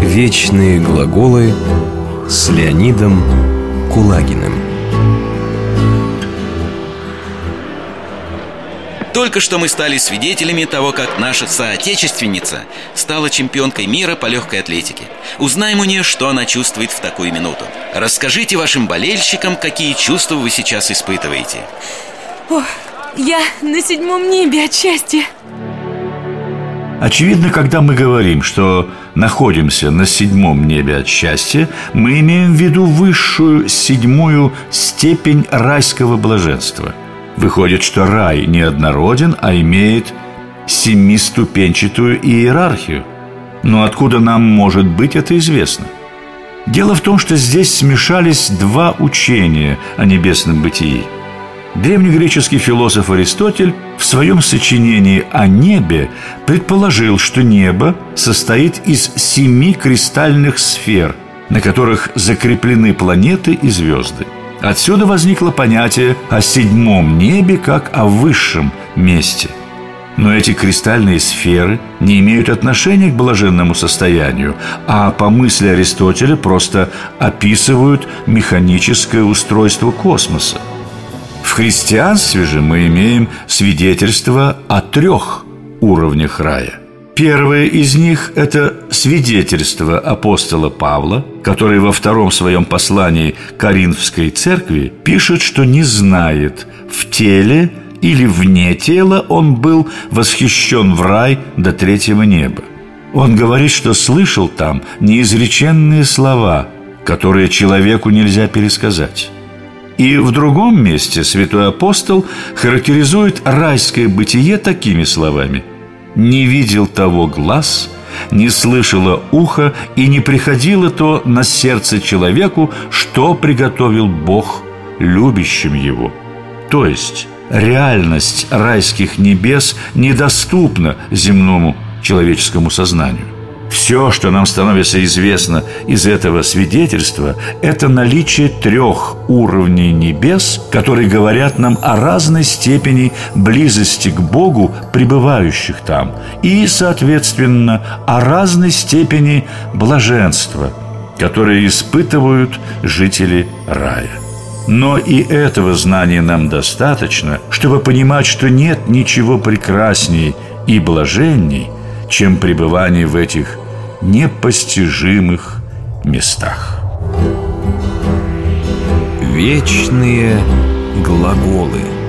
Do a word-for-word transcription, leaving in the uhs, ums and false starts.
Вечные глаголы с Леонидом Кулагиным. Только что мы стали свидетелями того, как наша соотечественница стала чемпионкой мира по легкой атлетике. Узнаем у нее, что она чувствует в такую минуту. Расскажите вашим болельщикам, какие чувства вы сейчас испытываете. Ох, я на седьмом небе от счастья. Очевидно, когда мы говорим, что находимся на седьмом небе от счастья, мы имеем в виду высшую, седьмую степень райского блаженства. Выходит, что рай не однороден, а имеет семиступенчатую иерархию. Но откуда нам может быть это известно? Дело в том, что здесь смешались два учения о небесном бытии. Древнегреческий философ Аристотель в своем сочинении о небе предположил, что небо состоит из семи кристальных сфер, на которых закреплены планеты и звезды. Отсюда возникло понятие о седьмом небе как о высшем месте. Но эти кристальные сферы не имеют отношения к блаженному состоянию, а по мысли Аристотеля просто описывают механическое устройство космоса. В христианстве же мы имеем свидетельство о трех уровнях рая. Первое из них – это свидетельство апостола Павла, который во втором своем послании Коринфской церкви пишет, что не знает, в теле или вне тела он был восхищен в рай до третьего неба. Он говорит, что слышал там неизреченные слова, которые человеку нельзя пересказать. И в другом месте святой апостол характеризует райское бытие такими словами: «Не видел того глаз, не слышало ухо, и не приходило то на сердце человеку, что приготовил Бог любящим его». То есть реальность райских небес недоступна земному человеческому сознанию. Все, что нам становится известно из этого свидетельства, это наличие трех уровней небес, которые говорят нам о разной степени близости к Богу пребывающих там, и, соответственно, о разной степени блаженства, которые испытывают жители рая. Но и этого знания нам достаточно, чтобы понимать, что нет ничего прекрасней и блаженней, чем пребывание в этих непостижимых местах. Вечные глаголы.